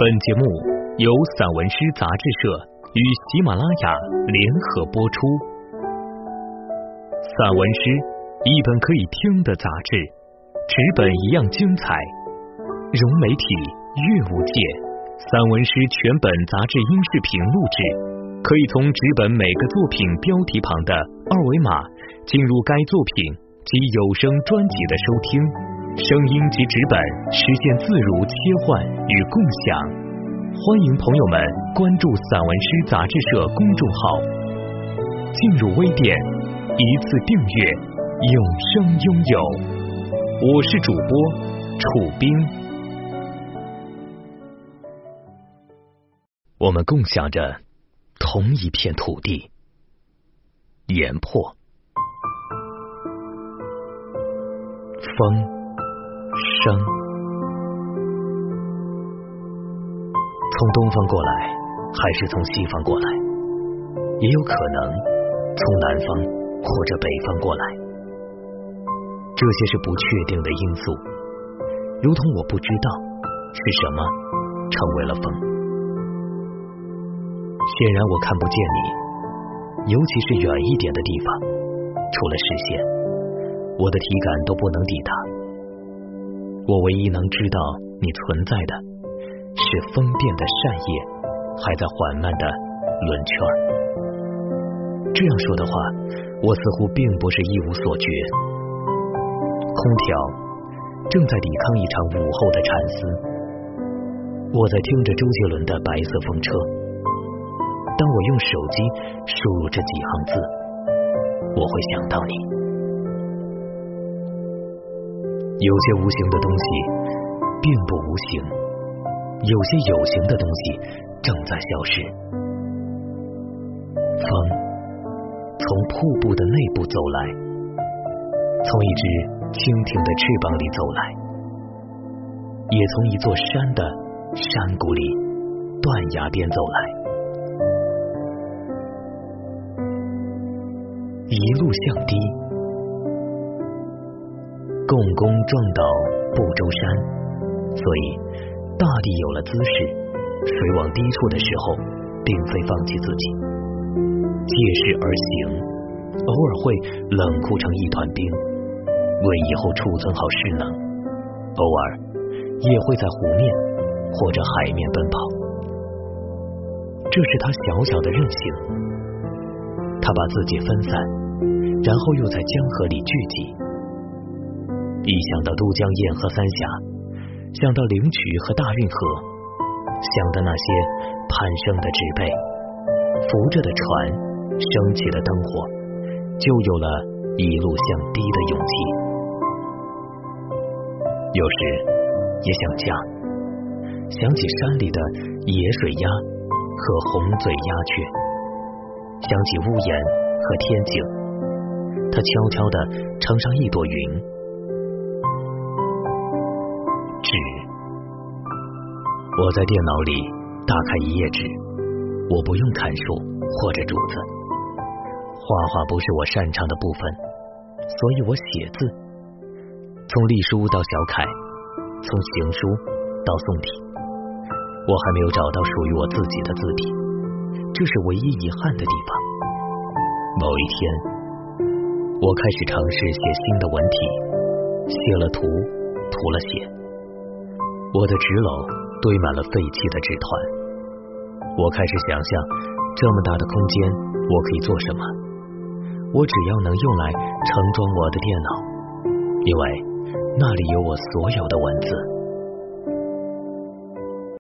本节目由散文诗杂志社与喜马拉雅联合播出。散文诗，一本可以听的杂志，纸本一样精彩。融媒体，阅物界，散文诗全本杂志音视频录制，可以从纸本每个作品标题旁的二维码进入该作品及有声专辑的收听，声音及纸本实现自如切换与共享。欢迎朋友们关注散文诗杂志社公众号，进入微店一次订阅，永生拥有。我是主播楚斌。我们共享着同一片土地，岩破。风声从东方过来，还是从西方过来，也有可能从南方或者北方过来。这些是不确定的因素，如同我不知道是什么成为了风。显然我看不见你，尤其是远一点的地方，除了视线，我的体感都不能抵达。我唯一能知道你存在的是风变的扇叶还在缓慢的轮圈。这样说的话，我似乎并不是一无所觉。空调正在抵抗一场午后的禅思，我在听着周杰伦的白色风车。当我用手机输入这几行字，我会想到你。有些无形的东西并不无形，有些有形的东西正在消失。风从瀑布的内部走来，从一只蜻蜓的翅膀里走来，也从一座山的山谷里断崖边走来。一路向低，共工撞倒不周山，所以大地有了姿势，水往低处的时候并非放弃自己，借势而行，偶尔会冷酷成一团冰，为以后储存好势能，偶尔也会在湖面或者海面奔跑。这是他小小的任性，他把自己分散，然后又在江河里聚集。一想到都江堰和三峡，想到灵渠和大运河，想到那些攀升的植被，浮着的船，升起的灯火，就有了一路向低的勇气。有时也想家，想起山里的野水鸭和红嘴鸦雀，想起屋檐和天井，它悄悄地盛上一朵云。纸，我在电脑里打开一页纸，我不用看书或者竹子，画画不是我擅长的部分，所以我写字，从隶书到小楷，从行书到宋体，我还没有找到属于我自己的字体，这是唯一遗憾的地方。某一天，我开始尝试写新的文体，写了图，涂了写，我的纸篓堆满了废弃的纸团。我开始想象，这么大的空间我可以做什么？我只要能用来盛装我的电脑，因为那里有我所有的文字。